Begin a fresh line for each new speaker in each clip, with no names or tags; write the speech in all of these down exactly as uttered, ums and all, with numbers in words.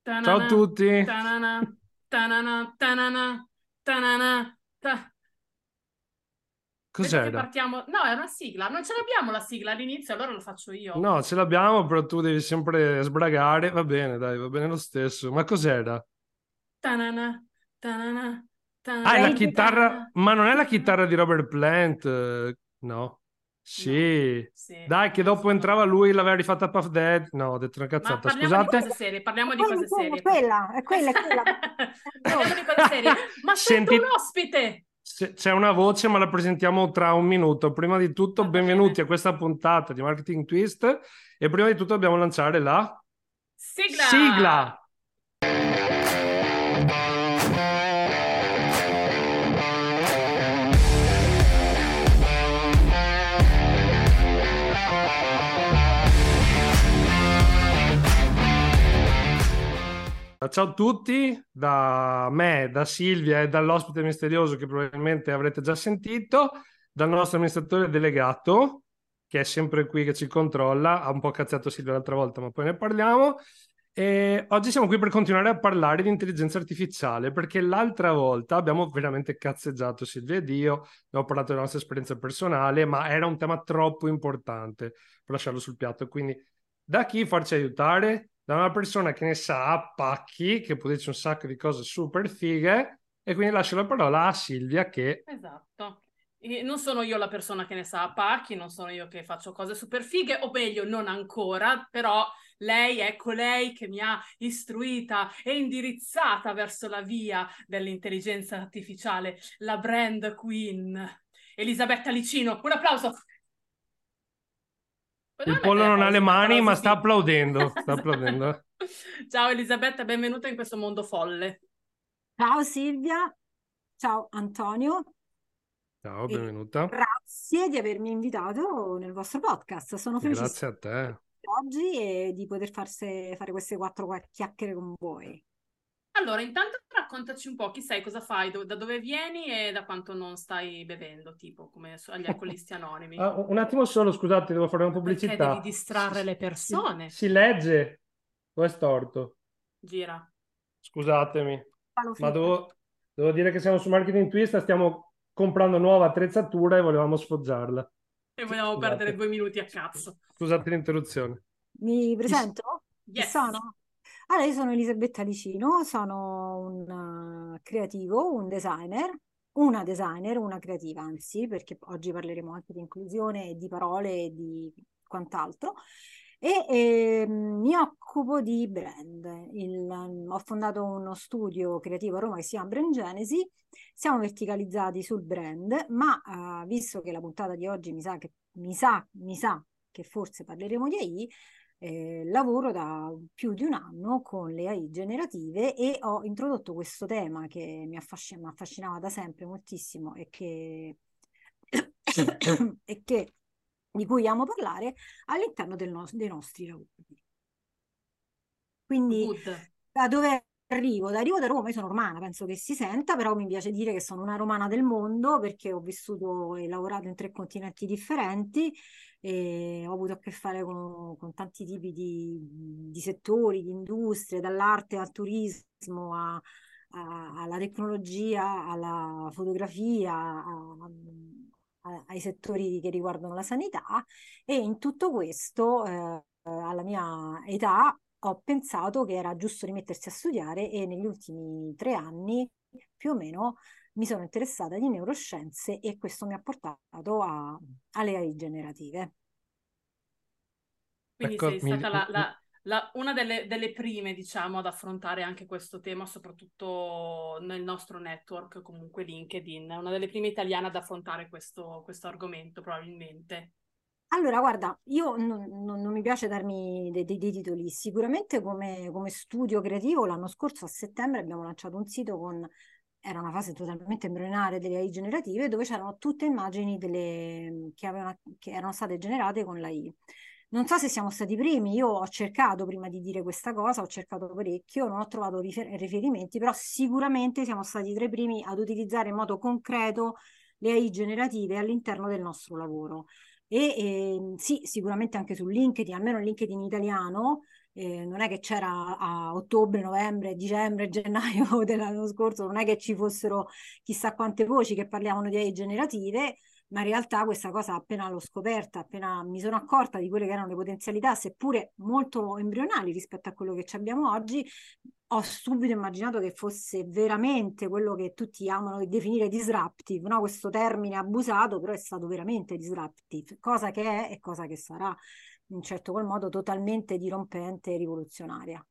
Ciao a
Tanana,
tutti.
tanana, tanana, tanana, tanana, ta- Vedo che
Cos'era?
partiamo. No, è una sigla. Non ce l'abbiamo la sigla all'inizio, allora lo faccio io.
No, ce l'abbiamo, però tu devi sempre sbragare. Va bene, dai, va bene lo stesso. Ma cos'era?
Tanana, tanana,
Ah, è la
tanana,
Lady
chitarra,
tanana,
ma non è la
tanana.
chitarra di Robert Plant? eh, No.
No,
Sì.
sì,
Dai, che
no,
dopo entrava
assolutamente.
lui e l'aveva rifatta Puff Daddy. No, ho detto una
Ma
cazzata.
parliamo di
Scusate.
cose serie, parliamo di
quella,
cose
quella,
serie. par-
quella, è quella, è quella. Hai
Parliamo
ragione.
di cose serie. Ma sento un
Senti,
ospite!
se- c'è una voce, ma la presentiamo tra un minuto. Prima di tutto,
Vada
benvenuti
bene.
a questa puntata di Marketing Twist. E prima di tutto dobbiamo lanciare la sigla.
Sigla!
Ciao a tutti, da me, da Silvia e dall'ospite misterioso che probabilmente avrete già sentito, dal nostro amministratore delegato, che è sempre qui che ci controlla, ha un po' cazziato Silvia l'altra volta, ma poi ne parliamo. E oggi siamo qui per continuare a parlare di intelligenza artificiale, perché l'altra volta abbiamo veramente cazzeggiato Silvia ed io, abbiamo parlato della nostra esperienza personale, ma era un tema troppo importante per lasciarlo sul piatto, quindi da chi farci aiutare? Da una persona che ne sa a pacchi, che può dirci un sacco di cose super fighe, e quindi lascio la parola a Silvia che...
Esatto. E non sono io la persona che ne sa a pacchi, non sono io che faccio cose super fighe, o meglio, non ancora, però lei è colei che mi ha istruita e indirizzata verso la via dell'intelligenza artificiale, la brand queen, Elisabetta Licino. Un applauso!
Il
Potevamo
pollo
mettere
non ha le
pausi,
mani, ma
applausi
sta
sì.
applaudendo. Sta applaudendo.
Ciao Elisabetta, benvenuta in questo mondo folle.
Ciao Silvia, ciao Antonio
Ciao,
e
benvenuta.
grazie di avermi invitato nel vostro podcast. Sono
Grazie
felicissima
a te.
di oggi e di poter farse, fare queste quattro qua- chiacchiere con voi.
Allora, intanto raccontaci un po' chi sei, cosa fai, do- da dove vieni e da quanto non stai bevendo, tipo come su- agli alcolisti anonimi.
Ah, un attimo solo, scusate, devo fare una
Ma perché devi
pubblicità. Si,
distrarre le
si-
persone?
si legge o è storto?
Gira.
Scusatemi,
Paolo
ma
Fitta.
devo, devo dire che siamo su Marketing Twist, stiamo comprando nuova attrezzatura e volevamo sfoggiarla.
E vogliamo perdere
Scusate,
due minuti a cazzo.
scusate l'interruzione.
Mi
Chi s-
presento? Chi
Yes.
sono? Allora, io sono Elisabetta Licino, sono un eh, creativo, un designer, una designer, una creativa, anzi, perché oggi parleremo anche di inclusione e di parole e di quant'altro. E ehm, mi occupo di brand. Il- ho fondato uno studio creativo a Roma che si chiama Brand Genesi. Siamo verticalizzati sul brand, ma eh, visto che la puntata di oggi mi sa che mi sa, mi sa che forse parleremo di A I, eh, lavoro da più di un anno con le A I generative e ho introdotto questo tema che mi affascina, mi affascinava da sempre moltissimo e che, e che di cui amo parlare all'interno del no- dei nostri lavori. Quindi
Good.
da dove arrivo? Arrivo da Roma, io sono romana, penso che si senta, però mi piace dire che sono una romana del mondo perché ho vissuto e lavorato in tre continenti differenti e ho avuto a che fare con, con tanti tipi di, di settori, di industrie, dall'arte al turismo a- a- alla tecnologia, alla fotografia, a- a- ai settori che riguardano la sanità e in tutto questo, eh, alla mia età, ho pensato che era giusto rimettersi a studiare e negli ultimi tre anni più o meno mi sono interessata di neuroscienze e questo mi ha portato a- alle A I generative.
Quindi
Ecco,
sei
mi-
stata la- la- la- una delle, delle prime, diciamo, ad affrontare anche questo tema, soprattutto nel nostro network, comunque LinkedIn, una delle prime italiane ad affrontare questo, questo argomento, probabilmente.
Allora, guarda, io non, non- non mi piace darmi dei, dei- dei titoli. Sicuramente come, come studio creativo l'anno scorso a settembre abbiamo lanciato un sito con, era una fase totalmente embrionale delle A I generative, dove c'erano tutte immagini delle, che, avevano, che erano state generate con l'A I. Non so se siamo stati i primi, io ho cercato prima di dire questa cosa, ho cercato parecchio, non ho trovato rifer- riferimenti, però sicuramente siamo stati tra i primi ad utilizzare in modo concreto le A I generative all'interno del nostro lavoro. E ehm, sì, sicuramente anche su LinkedIn, almeno LinkedIn italiano, Eh, non è che c'era a ottobre, novembre, dicembre, gennaio dell'anno scorso, non è che ci fossero chissà quante voci che parlavano di A I generative, ma in realtà questa cosa appena l'ho scoperta, appena mi sono accorta di quelle che erano le potenzialità, seppure molto embrionali rispetto a quello che ci abbiamo oggi, ho subito immaginato che fosse veramente quello che tutti amano definire disruptive, no? Questo termine abusato, però è stato veramente disruptive, cosa che è e cosa che sarà, in un certo qual modo totalmente dirompente e rivoluzionaria.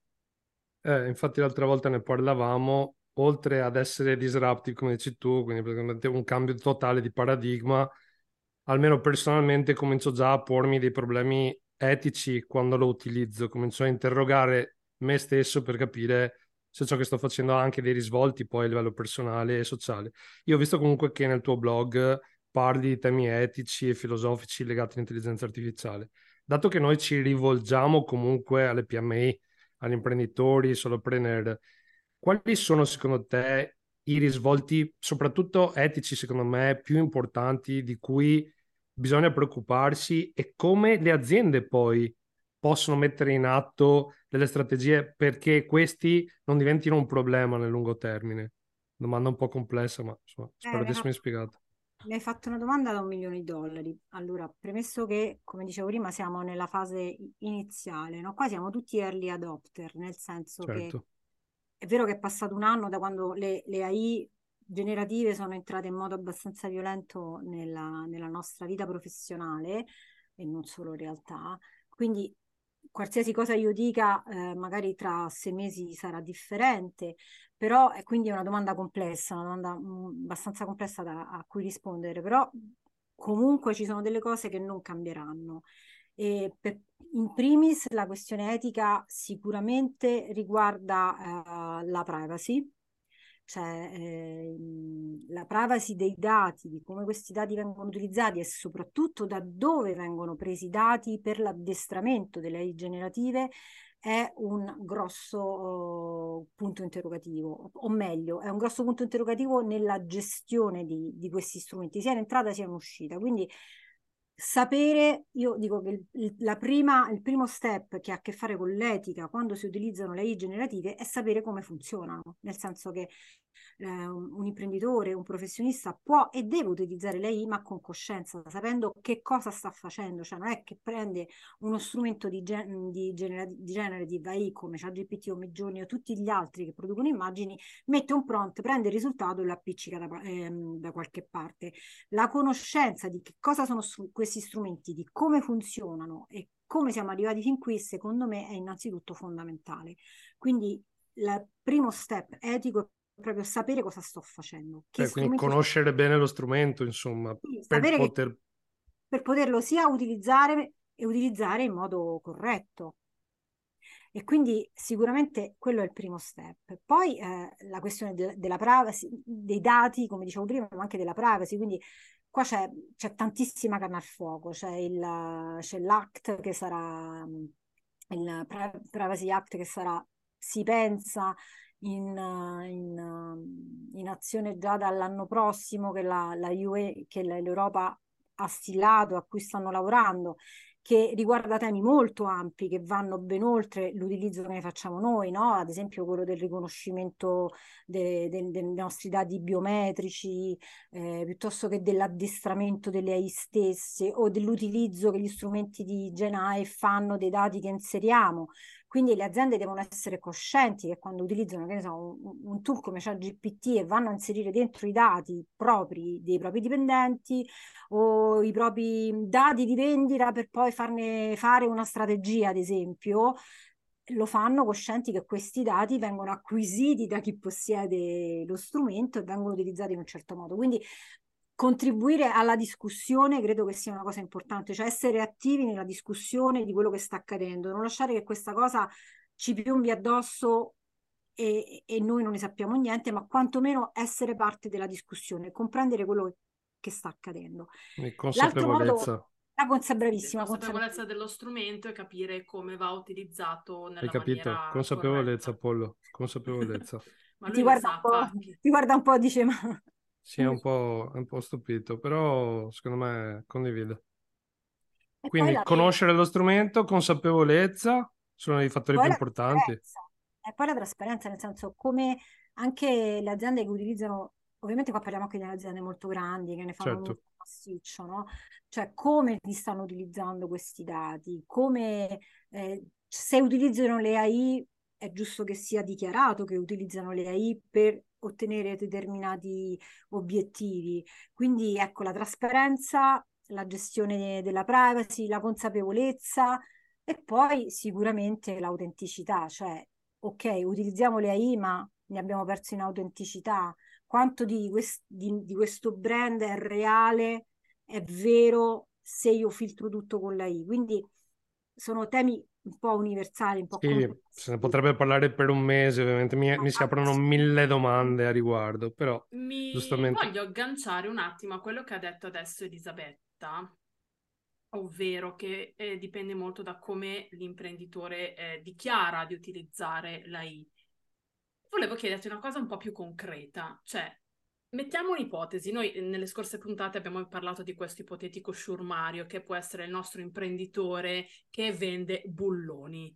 Eh, infatti l'altra volta ne parlavamo, oltre ad essere disruptive, come dici tu, quindi praticamente un cambio totale di paradigma, almeno personalmente comincio già a pormi dei problemi etici quando lo utilizzo, comincio a interrogare me stesso per capire se ciò che sto facendo ha anche dei risvolti poi a livello personale e sociale. Io ho visto comunque che nel tuo blog parli di temi etici e filosofici legati all'intelligenza artificiale. Dato che noi ci rivolgiamo comunque alle P M I, agli imprenditori, solopreneur, quali sono secondo te i risvolti, soprattutto etici, secondo me, più importanti di cui bisogna preoccuparsi e come le aziende poi possono mettere in atto delle strategie perché questi non diventino un problema nel lungo termine? Domanda un po' complessa, ma insomma,
Eh,
spero
mi
di
hai
essermi
fatto,
spiegato.
mi hai fatto una domanda da un milione di dollari. Allora, premesso che, come dicevo prima, siamo nella fase iniziale, no? Qua siamo tutti early adopter, nel senso che
Certo,
è vero che è passato un anno da quando le, le A I generative sono entrate in modo abbastanza violento nella, nella nostra vita professionale e non solo in realtà. Quindi qualsiasi cosa io dica, eh, magari tra sei mesi sarà differente, però è quindi è una domanda complessa, una domanda mh, abbastanza complessa da, a cui rispondere, però comunque ci sono delle cose che non cambieranno. E per- in primis la questione etica sicuramente riguarda eh, la privacy, cioè ehm, la privacy dei dati, di come questi dati vengono utilizzati e soprattutto da dove vengono presi i dati per l'addestramento delle A I generative è un grosso eh, punto interrogativo, o meglio, è un grosso punto interrogativo nella gestione di, di questi strumenti, sia in entrata sia in uscita. Quindi sapere, io dico che il, il- la prima, il primo step che ha a che fare con l'etica quando si utilizzano le A I generative è sapere come funzionano, nel senso che eh, un, un imprenditore, un professionista può e deve utilizzare l'A I ma con coscienza, sapendo che cosa sta facendo, cioè non è che prende uno strumento di, gen- di, genera- di generative A I come ChatGPT o Midjourney o tutti gli altri che producono immagini, mette un prompt, prende il risultato e lo appiccica da, ehm, da qualche parte. La conoscenza di che cosa sono su- questi strumenti, di come funzionano e come siamo arrivati fin qui, secondo me, è innanzitutto fondamentale. Quindi il primo step etico è proprio sapere cosa sto facendo, che
eh, quindi
strumento sto
conoscere bene lo strumento, insomma,
utilizzando,
per
sapere che
poter...
per poterlo sia utilizzare e utilizzare in modo corretto. E quindi sicuramente quello è il primo step. Poi eh, la questione de- della privacy, dei dati, come dicevo prima, ma anche della privacy, quindi qua c'è, c'è tantissima carne al fuoco, c'è, il, c'è l'Act che sarà, mm, il Pri- Privacy Act che sarà, si pensa, in, eh, in, eh, in azione già dall'anno prossimo che la, la U E, che l'Europa ha stilato, a cui stanno lavorando, che riguarda temi molto ampi che vanno ben oltre l'utilizzo che ne facciamo noi, no? Ad esempio quello del riconoscimento de- de- dei nostri dati biometrici, eh, piuttosto che dell'addestramento delle A I stesse o dell'utilizzo che gli strumenti di Gen A I fanno dei dati che inseriamo. Quindi le aziende devono essere coscienti che quando utilizzano, che ne so, un, un tool come ChatGPT e vanno a inserire dentro i dati propri dei propri dipendenti o i propri dati di vendita per poi farne fare una strategia, ad esempio, lo fanno coscienti che questi dati vengono acquisiti da chi possiede lo strumento e vengono utilizzati in un certo modo. Quindi contribuire alla discussione credo che sia una cosa importante, cioè essere attivi nella discussione di quello che sta accadendo, non lasciare che questa cosa ci piombi addosso e, e noi non ne sappiamo niente, ma quantomeno essere parte della discussione, comprendere quello che sta accadendo.
quindi
L'altro modo,
consapevolezza.
la consa
Quindi
bravissima,
consapevolezza
consapevole-
dello strumento e capire come va utilizzato
Hai
nella
capito?
maniera
Consapevolezza,
corretta.
Apollo, consapevolezza.
Ma
ti
lui ne
guarda un
sa,
po',
Pacchi.
ti guarda un po' e dice, ma...
Sì, è un po', è un po' stupito, però secondo me condivide.
E poi
Quindi
la...
E
conoscere lo strumento, consapevolezza, sono dei fattori
Poi
più
la
importanti.
trasparenza, e poi la trasparenza, nel senso come anche le aziende che utilizzano, ovviamente qua parliamo anche di aziende molto grandi che ne fanno un
Certo.
uso massiccio, no? Cioè come ti stanno utilizzando questi dati, come eh, se utilizzano le A I è giusto che sia dichiarato che utilizzano le A I per ottenere determinati obiettivi. Quindi ecco la trasparenza, la gestione della privacy, la consapevolezza e poi sicuramente l'autenticità, cioè ok, utilizziamo le A I, ma ne abbiamo perso in autenticità. Quanto di, quest- di- di questo brand è reale, è vero se io filtro tutto con l'A I? Quindi sono temi un po' universali, un po'
Sì, se ne
complessi.
potrebbe parlare per un mese, ovviamente mi,
Ma
mi si aprono mille domande a riguardo, però
Mi
giustamente
voglio agganciare un attimo a quello che ha detto adesso Elisabetta, ovvero che eh, dipende molto da come l'imprenditore eh, dichiara di utilizzare l'A I. Volevo chiederti una cosa un po' più concreta, cioè mettiamo un'ipotesi, noi eh, nelle scorse puntate abbiamo parlato di questo ipotetico sciurmario che può essere il nostro imprenditore che vende bulloni.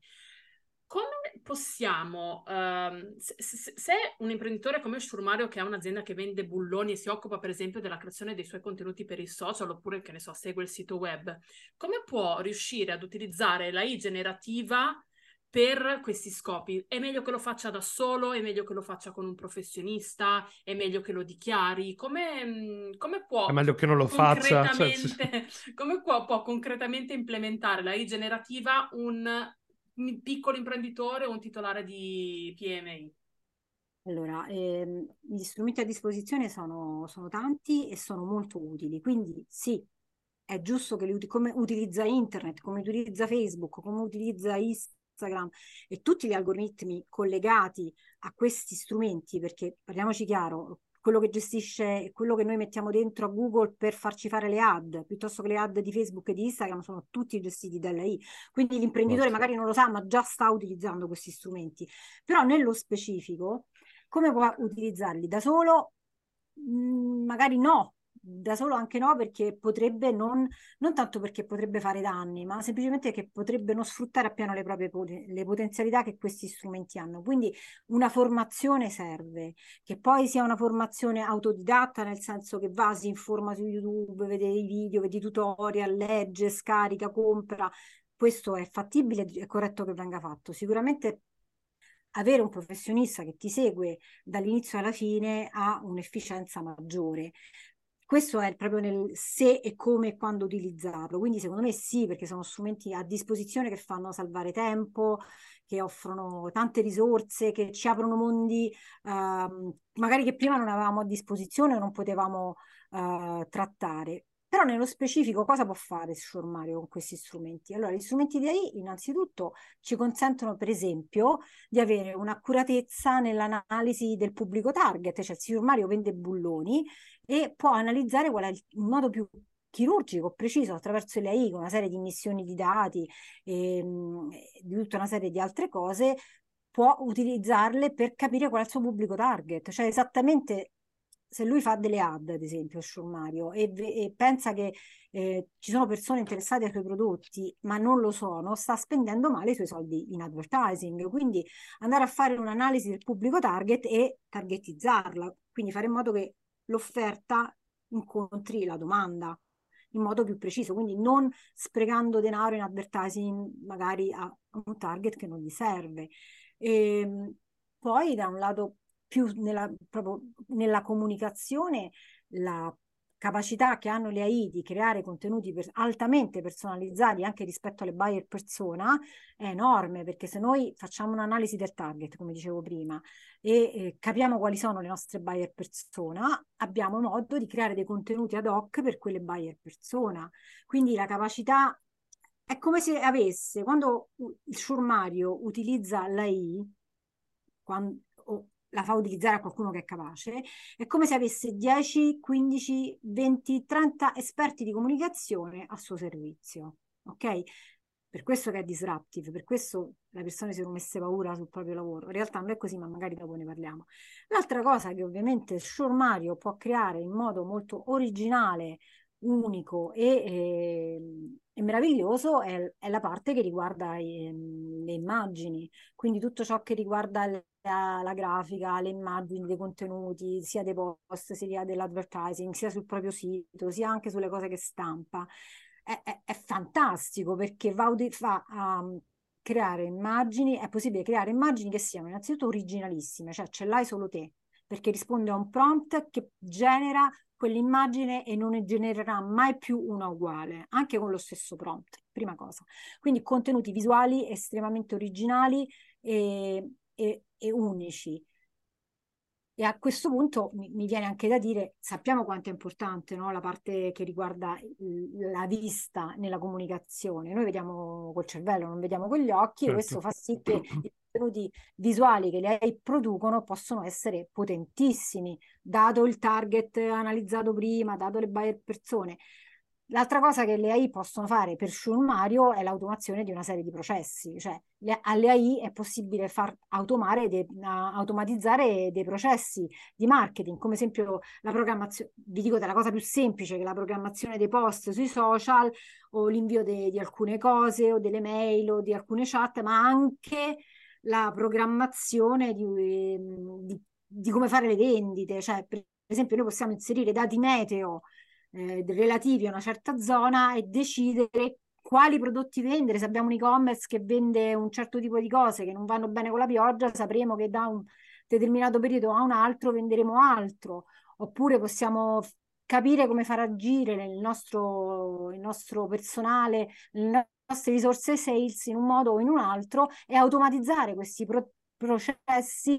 Come possiamo, ehm, se, se- se un imprenditore come Sciurmario che ha un'azienda che vende bulloni e si occupa per esempio della creazione dei suoi contenuti per i social oppure che ne so, segue il sito web, come può riuscire ad utilizzare l'A I generativa per questi scopi? È meglio che lo faccia da solo? È meglio che lo faccia con un professionista? È meglio che lo dichiari? Come, mh, come
è
può
meglio che non lo faccia. Cioè, sì.
concretamente, come può, può concretamente implementare l'A I generativa un, un piccolo imprenditore o un titolare di P M I?
Allora, ehm, gli strumenti a disposizione sono, sono tanti e sono molto utili, quindi sì, è giusto che li uti- come utilizza internet, come utilizza Facebook, come utilizza Instagram e tutti gli algoritmi collegati a questi strumenti, perché parliamoci chiaro, quello che gestisce, quello che noi mettiamo dentro a Google per farci fare le ad, piuttosto che le ad di Facebook e di Instagram, sono tutti gestiti dalla I. Quindi l'imprenditore
Esatto.
magari non lo sa, ma già sta utilizzando questi strumenti. Però nello specifico, come può utilizzarli? Da solo? Mm, magari no, da solo anche no, perché potrebbe non, non tanto perché potrebbe fare danni, ma semplicemente che potrebbe non sfruttare appieno le proprie poten- le potenzialità che questi strumenti hanno. Quindi una formazione serve, che poi sia una formazione autodidatta, nel senso che va, si informa su YouTube, vede i video, vede i tutorial, legge, scarica, compra. Questo è fattibile, è corretto che venga fatto. Sicuramente avere un professionista che ti segue dall'inizio alla fine ha un'efficienza maggiore. Questo è proprio nel se e come e quando utilizzarlo. Quindi secondo me sì, perché sono strumenti a disposizione che fanno salvare tempo, che offrono tante risorse, che ci aprono mondi ehm, magari che prima non avevamo a disposizione o non potevamo eh, trattare. Però nello specifico cosa può fare Sure Mario con questi strumenti? Allora, gli strumenti di A I innanzitutto ci consentono per esempio di avere un'accuratezza nell'analisi del pubblico target, cioè il signor Mario vende bulloni e può analizzare qual è il modo più chirurgico, preciso, attraverso le A I, con una serie di missioni di dati e mh, di tutta una serie di altre cose, può utilizzarle per capire qual è il suo pubblico target, cioè esattamente se lui fa delle ad, ad esempio, Sciur Mario, e, e pensa che eh, ci sono persone interessate ai suoi prodotti, ma non lo sono, sta spendendo male i suoi soldi in advertising. Quindi andare a fare un'analisi del pubblico target e targetizzarla, quindi fare in modo che l'offerta incontri la domanda in modo più preciso, quindi non sprecando denaro in advertising magari a un target che non gli serve. E poi da un lato più nella, proprio nella comunicazione, la capacità che hanno le A I di creare contenuti per, altamente personalizzati anche rispetto alle buyer persona è enorme, perché se noi facciamo un'analisi del target, come dicevo prima, e eh, capiamo quali sono le nostre buyer persona, abbiamo modo di creare dei contenuti ad hoc per quelle buyer persona. Quindi la capacità è come se avesse, quando il Mario utilizza l'A I, quando, o la fa utilizzare a qualcuno che è capace, è come se avesse dieci, quindici, venti, trenta esperti di comunicazione a suo servizio. Ok? Per questo che è disruptive, per questo le persone si sono messe paura sul proprio lavoro. In realtà non è così, ma magari dopo ne parliamo. L'altra cosa che ovviamente Sure Mario può creare in modo molto originale unico e, e- e meraviglioso è, è la parte che riguarda ehm, le immagini, quindi tutto ciò che riguarda la, la grafica, le immagini, dei contenuti, sia dei post, sia dell'advertising, sia sul proprio sito, sia anche sulle cose che stampa. È, è- è fantastico perché va, a udi- fa a creare immagini, è possibile creare immagini che siano innanzitutto originalissime, cioè ce l'hai solo te, perché risponde a un prompt che genera quell'immagine e non ne genererà mai più una uguale, anche con lo stesso prompt, prima cosa. Quindi contenuti visuali estremamente originali e, e- e unici. E a questo punto mi, mi viene anche da dire, sappiamo quanto è importante, no, la parte che riguarda il- la vista nella comunicazione. Noi vediamo col cervello, non vediamo con gli occhi, e questo
Certo.
fa sì che i contenuti visuali che le A I producono possono essere potentissimi, dato il target analizzato prima, dato le buyer persone. L'altra cosa che le A I possono fare per sciolmario è l'automazione di una serie di processi, cioè le- alle A I è possibile far automare de- a- automatizzare dei processi di marketing, come esempio la programmazione, vi dico della cosa più semplice che la programmazione dei post sui social o l'invio de- di alcune cose o delle mail o di alcune chat, ma anche la programmazione di, di- di come fare le vendite, cioè per esempio noi possiamo inserire dati meteo eh, relativi a una certa zona e decidere quali prodotti vendere. Se abbiamo un e-commerce che vende un certo tipo di cose che non vanno bene con la pioggia, sapremo che da un determinato periodo a un altro venderemo altro. Oppure possiamo f- capire come far agire il nostro, il nostro personale, le nostre risorse sales in un modo o in un altro e automatizzare questi pro- processi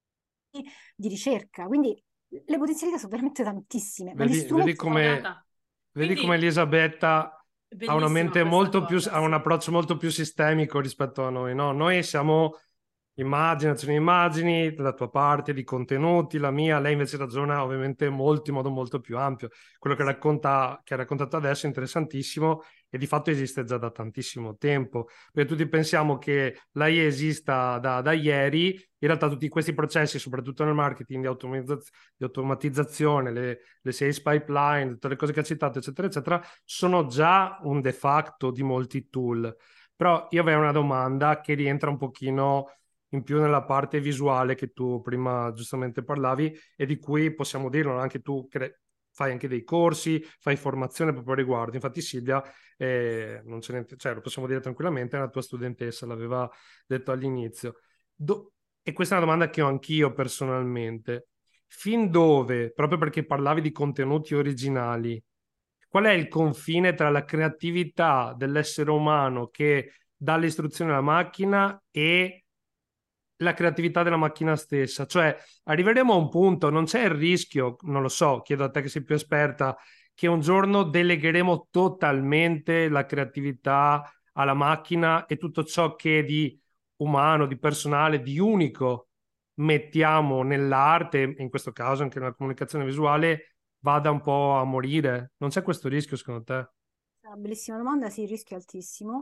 di ricerca. Quindi le potenzialità sono veramente tantissime, ma gli
Vedi, vedi
strumenti sono
come,
Figata.
vedi come
Quindi,
Elisabetta ha una
bellissima
mente
questa
molto più,
cosa,
ha un
sì.
approccio molto più sistemico rispetto a noi, no? Noi siamo immagini, azioni, immagini, la tua parte di contenuti, la mia, lei invece ragiona ovviamente molto in modo molto più ampio. Quello che
Sì.
racconta, che ha raccontato adesso è interessantissimo e di fatto esiste già da tantissimo tempo. Perché tutti pensiamo che l'A I esista da, da ieri, in realtà tutti questi processi, soprattutto nel marketing di, automatizz- di automatizzazione, le, le sales pipeline, tutte le cose che ha citato, eccetera, eccetera, sono già un de facto di molti tool. Però io avrei una domanda che rientra un pochino in più nella parte visuale che tu prima giustamente parlavi e di cui possiamo dirlo, no? Anche tu cre- fai anche dei corsi, fai formazione proprio a riguardo. Infatti Silvia, eh, non ce ne, cioè, lo possiamo dire tranquillamente, è una tua studentessa, l'aveva detto all'inizio. Do- e questa è una domanda che ho anch'io personalmente. Fin dove, proprio perché parlavi di contenuti originali, qual è il confine tra la creatività dell'essere umano che dà le istruzioni alla macchina e la creatività della macchina stessa? Cioè, arriveremo a un punto, non c'è il rischio, non lo so, chiedo a te che sei più esperta, che un giorno delegheremo totalmente la creatività alla macchina e tutto ciò che di umano, di personale, di unico mettiamo nell'arte, in questo caso anche nella comunicazione visuale, vada un po' a morire. Non c'è questo rischio, secondo te?
È una bellissima domanda, sì, il rischio è altissimo,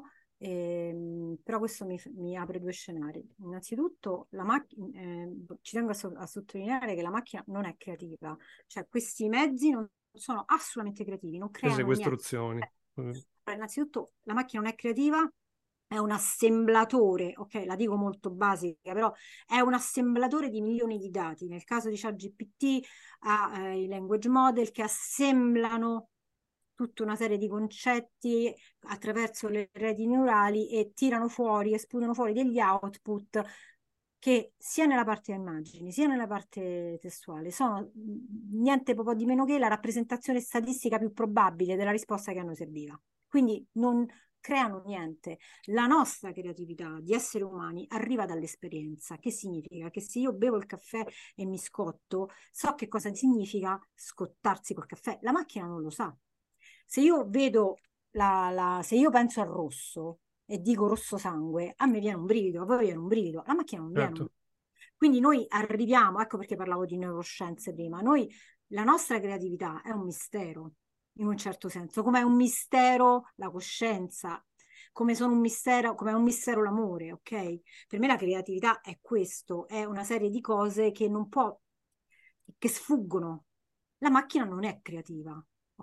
ehm, però questo mi, mi apre due scenari. Innanzitutto, la macchina, ci tengo a, so- a sottolineare che la macchina non è creativa, cioè questi mezzi non sono assolutamente creativi, non creano
Esegue
niente.
istruzioni. Mm.
Eh, innanzitutto, la macchina non è creativa, è un assemblatore, ok, la dico molto basica, però è un assemblatore di milioni di dati. Nel caso di ChatGPT ha eh, i language model che assemblano tutta una serie di concetti attraverso le reti neurali e tirano fuori, espudono fuori degli output che sia nella parte immagini sia nella parte testuale sono niente po' di meno che la rappresentazione statistica più probabile della risposta che a noi serviva. Quindi non creano niente. La nostra creatività di esseri umani arriva dall'esperienza. Che significa? Che se io bevo il caffè e mi scotto, so che cosa significa scottarsi col caffè. La macchina non lo sa. Se io vedo la, la, se io penso al rosso e dico rosso sangue, a me viene un brivido, a voi viene un brivido, alla macchina non viene un
Certo.
brivido. Quindi noi arriviamo, ecco perché parlavo di neuroscienze prima, noi, la nostra creatività è un mistero, in un certo senso, come è un mistero la coscienza, come sono un mistero, come è un mistero l'amore, ok? Per me la creatività è questo, è una serie di cose che non può, che sfuggono. La macchina non è creativa,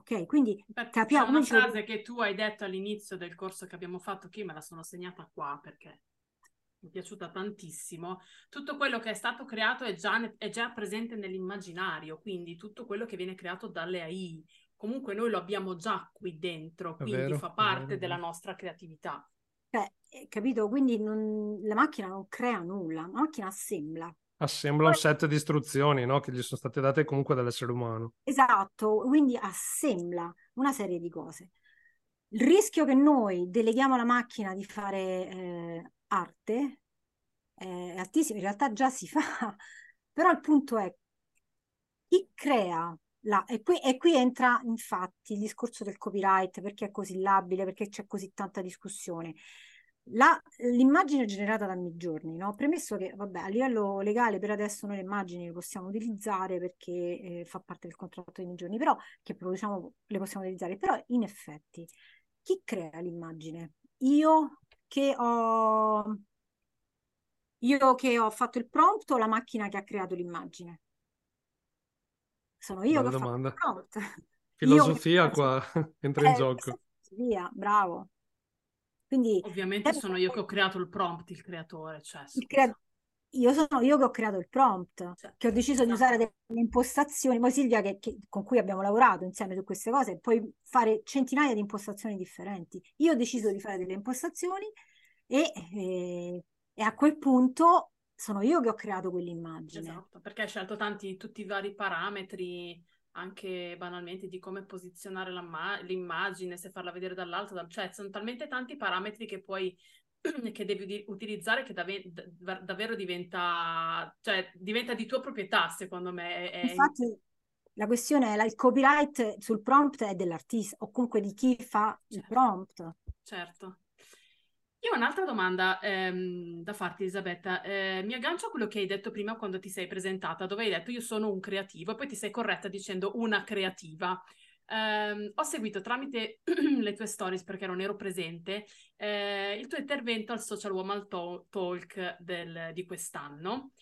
ok? Quindi
Infatti, c'è
capiamo, come
una
dicevo,
frase che tu hai detto all'inizio del corso che abbiamo fatto, che io me la sono segnata qua perché mi è piaciuta tantissimo. Tutto quello che è stato creato è già, è già presente nell'immaginario, quindi tutto quello che viene creato dalle A I, comunque noi lo abbiamo già qui dentro,
È
quindi
vero,
fa
è vero,
parte
è
della
vero.
nostra creatività.
cioè, eh, capito? Quindi non- la macchina non crea nulla, la macchina assembla.
Assembla un set di istruzioni, no? Che gli sono state date comunque dall'essere umano.
Esatto, quindi assembla una serie di cose. Il rischio che noi deleghiamo alla macchina di fare eh, arte è altissimo, in realtà già si fa, però il punto è chi crea la... E qui, e qui entra infatti il discorso del copyright, perché è così labile, perché c'è così tanta discussione. La- l'immagine generata da Midjourney, no? Premesso che, vabbè, a livello legale per adesso noi le immagini le possiamo utilizzare perché eh, fa parte del contratto di Midjourney, però che produciamo le possiamo utilizzare, però in effetti chi crea l'immagine? Io che ho, io che ho fatto il prompt o la macchina che ha creato l'immagine? Sono io che
Bella
ho fatto il
domanda.
prompt. Io che
Filosofia
faccio...
qua entra in
Eh, questa
gioco.
è via, bravo. Quindi
Ovviamente
devo
sono io
sapere
che ho creato il prompt, il creatore, cioè
il
scusa.
crea- io sono io che ho creato il prompt,
Cioè,
che ho deciso di usare
esatto.
delle impostazioni. Poi Silvia, che- che- con cui abbiamo lavorato insieme su queste cose, puoi fare centinaia di impostazioni differenti. Io ho
Sì,
deciso
sì,
di fare
sì.
delle impostazioni e, e- e a quel punto sono io che ho creato quell'immagine.
Esatto, perché hai scelto tanti, tutti i vari parametri, anche banalmente di come posizionare la ma- l'immagine, se farla vedere dall'alto, dal... cioè sono talmente tanti parametri che poi che devi di- utilizzare che dave- da- davvero diventa, cioè diventa di tua proprietà, secondo me. È- è-
Infatti, la questione è la- il copyright sul prompt è dell'artista o comunque di chi fa il
Certo,
prompt.
certo. Io ho un'altra domanda ehm, da farti, Elisabetta. Eh, mi aggancio a quello che hai detto prima quando ti sei presentata, dove hai detto io sono un creativo e poi ti sei corretta dicendo una creativa. Ehm, ho seguito tramite le tue stories perché non ero presente eh, il tuo intervento al Social Woman To- Talk del- di quest'anno.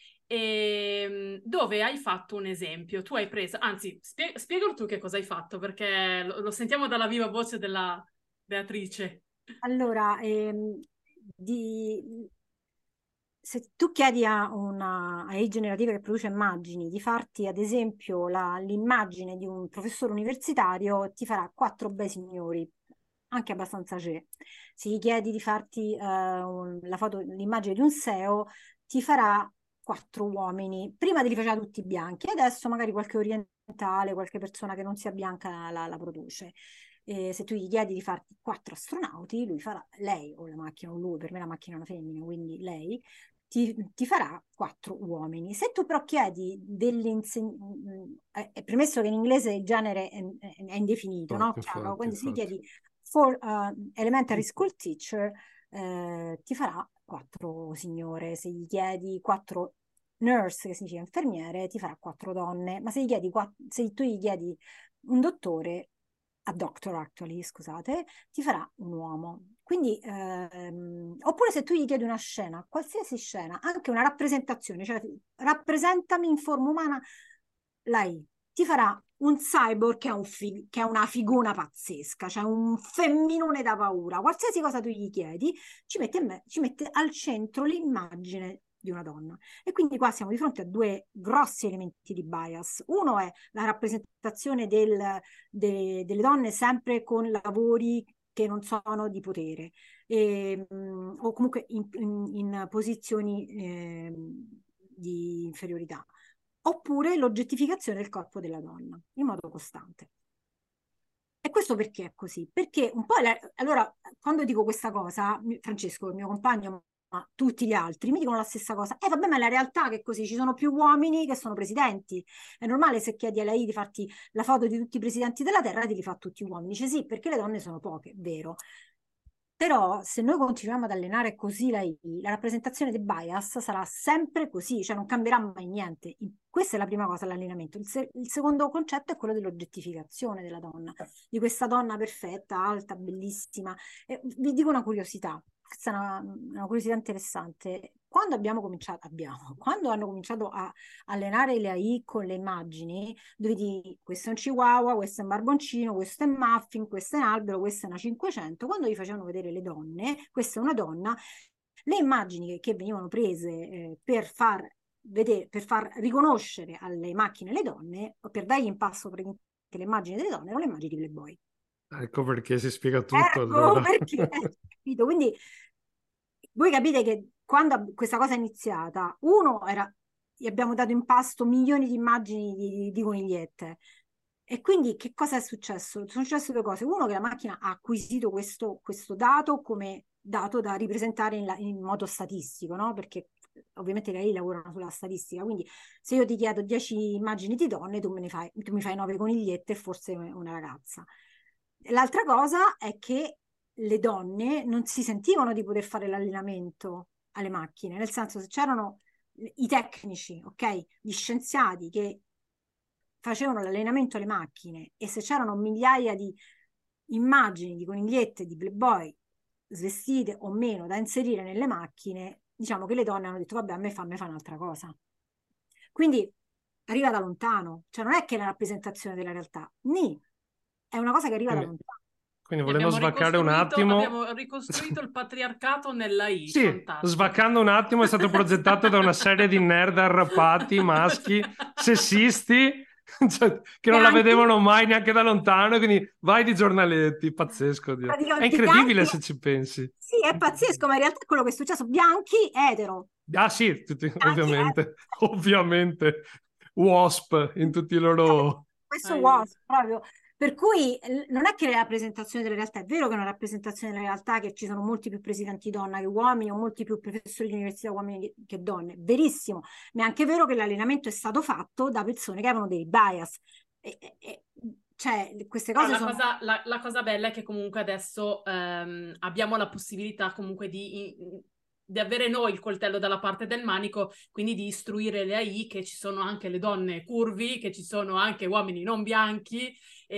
E, dove hai fatto un esempio, tu hai preso, anzi, spie- spiegalo tu che cosa hai fatto perché lo, lo sentiamo dalla viva voce della Beatrice.
Allora, ehm, di- se tu chiedi a una A I generativa che produce immagini di farti, ad esempio, la- l'immagine di un professore universitario, ti farà quattro bei signori, anche abbastanza c'è. Se gli chiedi di farti eh, un- la foto, l'immagine di un S E O, ti farà quattro uomini. Prima te li faceva tutti bianchi, adesso magari qualche orientale, qualche persona che non sia bianca la, la produce. E se tu gli chiedi di farti quattro astronauti, lui farà, lei o la macchina o lui, per me la macchina è una femmina, quindi lei ti, ti farà quattro uomini. Se tu però chiedi delle insegnanti, è premesso che in inglese il genere è, è- è indefinito, no?
Infatti,
Chiaro?
infatti,
Quindi se gli
infatti.
chiedi for uh, elementary school teacher, eh, ti farà quattro signore. Se gli chiedi quattro nurse, che significa infermiere, ti farà quattro donne. Ma se, gli chiedi, quatt- se tu gli chiedi un dottore, a doctor actually, scusate, ti farà un uomo. Quindi, ehm, oppure se tu gli chiedi una scena, qualsiasi scena, anche una rappresentazione, cioè rappresentami in forma umana, lei ti farà un cyborg che è, un fi- che è una figura pazzesca, cioè un femminone da paura. Qualsiasi cosa tu gli chiedi, ci mette, in me- ci mette al centro l'immagine di una donna. E quindi qua siamo di fronte a due grossi elementi di bias. Uno è la rappresentazione del, de- delle donne sempre con lavori che non sono di potere e, mh, o comunque in, in- in posizioni ehm, di inferiorità, oppure l'oggettificazione del corpo della donna in modo costante. E questo perché è così? Perché un po' la- allora, quando dico questa cosa, mi- Francesco, il mio compagno, ma tutti gli altri mi dicono la stessa cosa. Eh, vabbè, ma è la realtà che è così, ci sono più uomini che sono presidenti. È normale se chiedi a lei di farti la foto di tutti i presidenti della Terra, ti li fa tutti uomini. Dice sì, perché le donne sono poche, vero. Però se noi continuiamo ad allenare così la I I, la rappresentazione del bias sarà sempre così, cioè non cambierà mai niente. Questa è la prima cosa, l'allenamento. Il, se- il secondo concetto è quello dell'oggettificazione della donna, di questa donna perfetta, alta, bellissima. E vi dico una curiosità. questa è una, una curiosità interessante. Quando abbiamo cominciato, abbiamo, quando hanno cominciato a allenare le A I con le immagini, dove di questo è un chihuahua, questo è un barboncino, questo è un muffin, questo è un albero, questa è una cinquecento, quando gli facevano vedere le donne, questa è una donna, le immagini che, che venivano prese eh, per far vedere, per far riconoscere alle macchine le donne, o per dargli in passo per le immagini delle donne, erano le immagini di Playboy.
Ecco perché si spiega tutto
Ergo
allora.
perché, capito? Quindi voi capite che quando questa cosa è iniziata, uno era, gli abbiamo dato in pasto milioni di immagini di, di, di conigliette. E quindi che cosa è successo? Sono successe due cose. Uno, che la macchina ha acquisito questo, questo dato come dato da ripresentare in, la, in modo statistico, no? Perché ovviamente lei lavorano sulla statistica, quindi se io ti chiedo dieci immagini di donne, tu me ne fai, tu mi fai nove conigliette e forse una ragazza. L'altra cosa è che le donne non si sentivano di poter fare l'allenamento alle macchine, nel senso, se c'erano i tecnici, ok, gli scienziati che facevano l'allenamento alle macchine e se c'erano migliaia di immagini di conigliette di Playboy svestite o meno da inserire nelle macchine, diciamo che le donne hanno detto vabbè, a me fa, a me fa un'altra cosa. Quindi arriva da lontano, cioè non è che è la rappresentazione della realtà, ni è una cosa che arriva
Quindi,
da lontano.
quindi
E
volendo
abbiamo
svaccare un
ricostruito,
attimo...
abbiamo ricostruito il patriarcato nella I,
Sì,
fantastico.
svaccando un attimo, è stato progettato da una serie di nerd arrapati, maschi, sessisti, cioè, che non la
Bianchi,
vedevano mai neanche da lontano, quindi vai di giornaletti, pazzesco. Dio. È
praticamente
incredibile
bianchi,
se ci pensi.
sì, è pazzesco, ma in realtà è quello che è successo, bianchi, etero.
Ah sì, tutti-
Bianchi,
ovviamente, ovviamente, wasp in tutti i loro...
questo
Aiuto.
was proprio. Per cui eh, non è che la rappresentazione della realtà, è vero che è una rappresentazione della realtà, che ci sono molti più presidenti donna che uomini o molti più professori di università uomini che, che donne, verissimo, ma è anche vero che l'allenamento è stato fatto da persone che avevano dei bias. E, e, e, cioè, queste
Però
cose
la
sono...
cosa, la, la cosa bella è che comunque adesso ehm, abbiamo la possibilità comunque di, di avere noi il coltello dalla parte del manico, quindi di istruire le A I che ci sono anche le donne curvi, che ci sono anche uomini non bianchi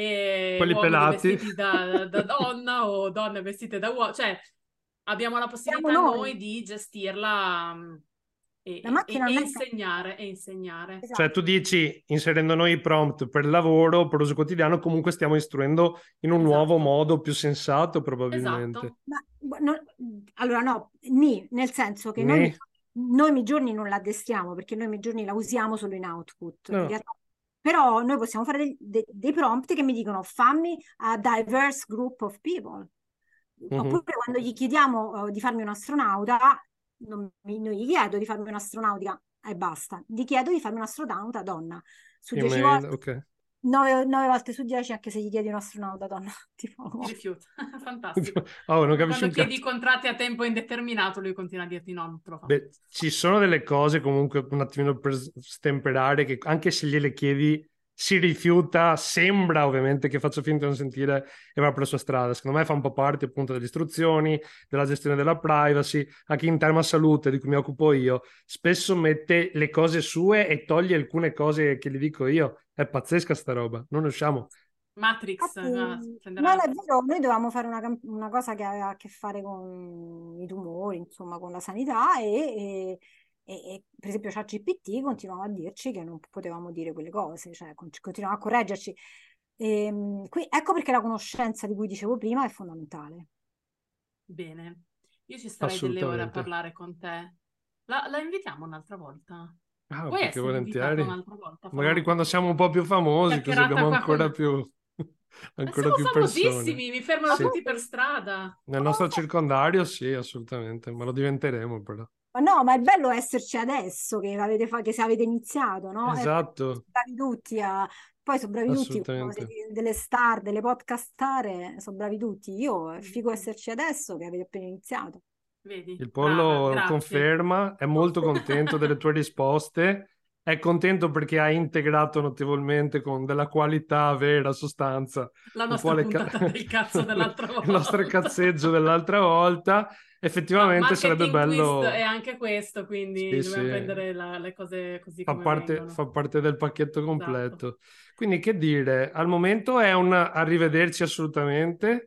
e
Quelli
uomini
pelati.
vestiti da, da donna o donne vestite da uomo. Cioè, abbiamo la
Siamo
possibilità
noi.
noi di gestirla mm,
La
e, e,
macchina
e
non è
insegnare, e insegnare.
Cioè
esatto.
tu dici, inserendo noi i prompt per lavoro, per uso quotidiano, comunque stiamo istruendo in un nuovo
Esatto,
modo più sensato, probabilmente.
esatto.
Ma, non- allora no, ni, nel senso che noi,
Né?
mi- noi mi giorni non la addestriamo perché noi mi giorni la usiamo solo in output. In
No.
realtà, però noi possiamo fare dei, dei- dei prompt che mi dicono fammi a diverse group of people.
Mhm.
Oppure quando gli chiediamo eh, di farmi un astronauta, non, mi- non gli chiedo di farmi un'astronautica e basta, gli chiedo di farmi un astronauta donna. Su dieci
Email,
volte,
ok.
nove, nove volte su dieci, anche se gli chiedi un astronauta donna, tipo,
Si rifiuta. Fantastico.
Oh, non
Come
capisci
quando
un
chiedi i
cazzo.
contratti a tempo indeterminato, lui continua a dirti no, non te lo faccio.
Beh, ci sono delle cose comunque un attimino per stemperare che anche se gliele chiedi si rifiuta, sembra ovviamente che faccia finta di non sentire e va per la sua strada. Secondo me fa un po' parte appunto delle istruzioni, della gestione della privacy, anche in tema salute di cui mi occupo io. Spesso mette le cose sue e toglie alcune cose che gli dico io. È pazzesca sta roba, non usciamo.
Matrix,
infatti,
ah,
no,
prenderà...
no, è vero, noi dovevamo fare una, camp- una cosa che aveva a che fare con i tumori, insomma, con la sanità e, e- e- e, per esempio ChatGPT continuava a dirci che non potevamo dire quelle cose, cioè con- continuava a correggerci. Ehm, qui, ecco perché la conoscenza di cui dicevo prima è fondamentale.
Bene. Io ci starei delle ore a
Assolutamente.
parlare con te. La, la invitiamo un'altra volta?
Ah,
Vuoi
più che
essere invitata
volentieri.
un'altra volta a fare
Magari
una
quando siamo un po' più famosi, così
chiacchierata
abbiamo
qua con...
ancora più,
Ma
ancora
siamo
più persone.
famosissimi, mi fermano
Sì,
tutti per strada.
nel nostro circondario sì, assolutamente, ma lo diventeremo però.
Ma no, ma è bello esserci adesso che avete fa- che se avete iniziato, no? E poi
Esatto,
sono bravi tutti a... Poi sono bravi tutti, quando
assolutamente.
siete delle star, delle podcast star, eh, sono bravi tutti. Io è
Mm,
figo esserci adesso che avete appena iniziato.
Vedi?
Il
Brava,
pollo
grazie.
conferma, è molto contento delle tue risposte, è contento perché hai integrato notevolmente con della qualità vera, sostanza,
La
un po'
nostra
le ca-
puntata del cazzo dell'altra
il nostro
volta.
cazzeggio dell'altra volta.
No,
Effettivamente sarebbe
marketing twist è
bello,
anche questo, quindi
sì,
dobbiamo
sì,
prendere la- le cose così
fa
come
parte,
vengono.
fa parte del pacchetto
Esatto.
completo. Quindi che dire, al momento è un arrivederci assolutamente.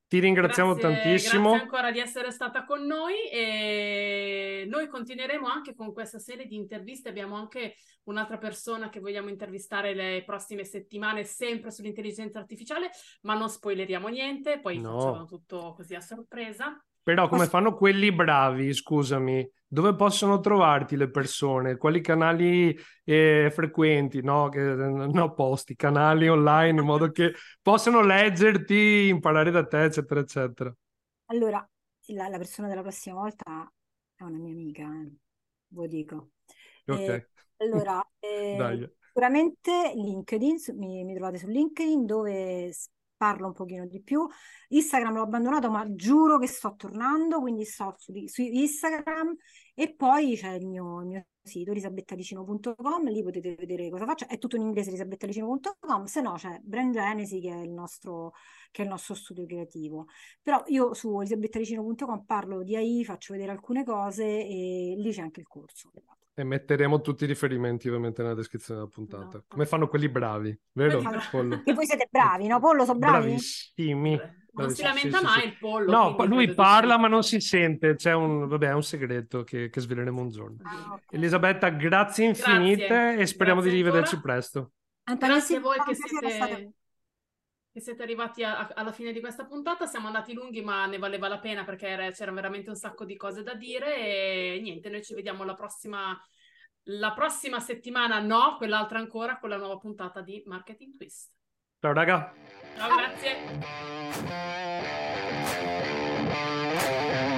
Ti ringraziamo
Grazie,
tantissimo.
grazie ancora di essere stata con noi e noi continueremo anche con questa serie di interviste. Abbiamo anche un'altra persona che vogliamo intervistare le prossime settimane, sempre sull'intelligenza artificiale, ma non spoileriamo niente, poi
No.
facciamo tutto così a sorpresa.
Però come fanno quelli bravi, scusami, dove possono trovarti le persone? Quali canali eh, frequenti? No, che, no, posti, canali online, in modo che possano leggerti, imparare da te, eccetera, eccetera.
Allora, la, la persona della prossima volta è una mia amica, eh, ve lo dico.
Ok.
Eh, allora, eh,
Dai.
sicuramente LinkedIn, su- mi, mi trovate su LinkedIn dove s- parlo un pochino di più. Instagram l'ho abbandonato, ma giuro che sto tornando, quindi sto su, su Instagram e poi c'è il mio, il mio sito elisabetta licino punto com, lì potete vedere cosa faccio, è tutto in inglese elisabetta licino punto com, se no c'è Brain Genesi che è il nostro, che è il nostro studio creativo. Però io su elisabetta licino punto com parlo di A I, faccio vedere alcune cose e lì c'è anche il corso.
E metteremo tutti i riferimenti ovviamente nella descrizione della puntata.
Esatto.
Come fanno quelli bravi, vero?
Quelli bravi.
Pollo?
Che voi siete bravi, no? Pollo, sono bravi?
Bravissimi.
Non si
Bravissimi,
lamenta
sì, sì,
mai
sì.
il pollo.
No,
quindi
pa- lui
credo di
parla
sì.
ma non si sente, c'è un, vabbè, è un segreto che, che sveleremo un giorno.
Ah, ok.
Elisabetta, grazie infinite
Grazie.
e speriamo
Grazie
di rivederci
ancora.
presto.
Antonio,
Grazie a
sì,
voi
è
che
un piacere stare
siete,
qui.
che siete arrivati a- a- alla fine di questa puntata. Siamo andati lunghi, ma ne valeva la pena perché era- c'era veramente un sacco di cose da dire. E niente, noi ci vediamo la prossima, la prossima settimana, no, quell'altra ancora, con la nuova puntata di Marketing Twist.
Ciao raga.
Ciao, grazie.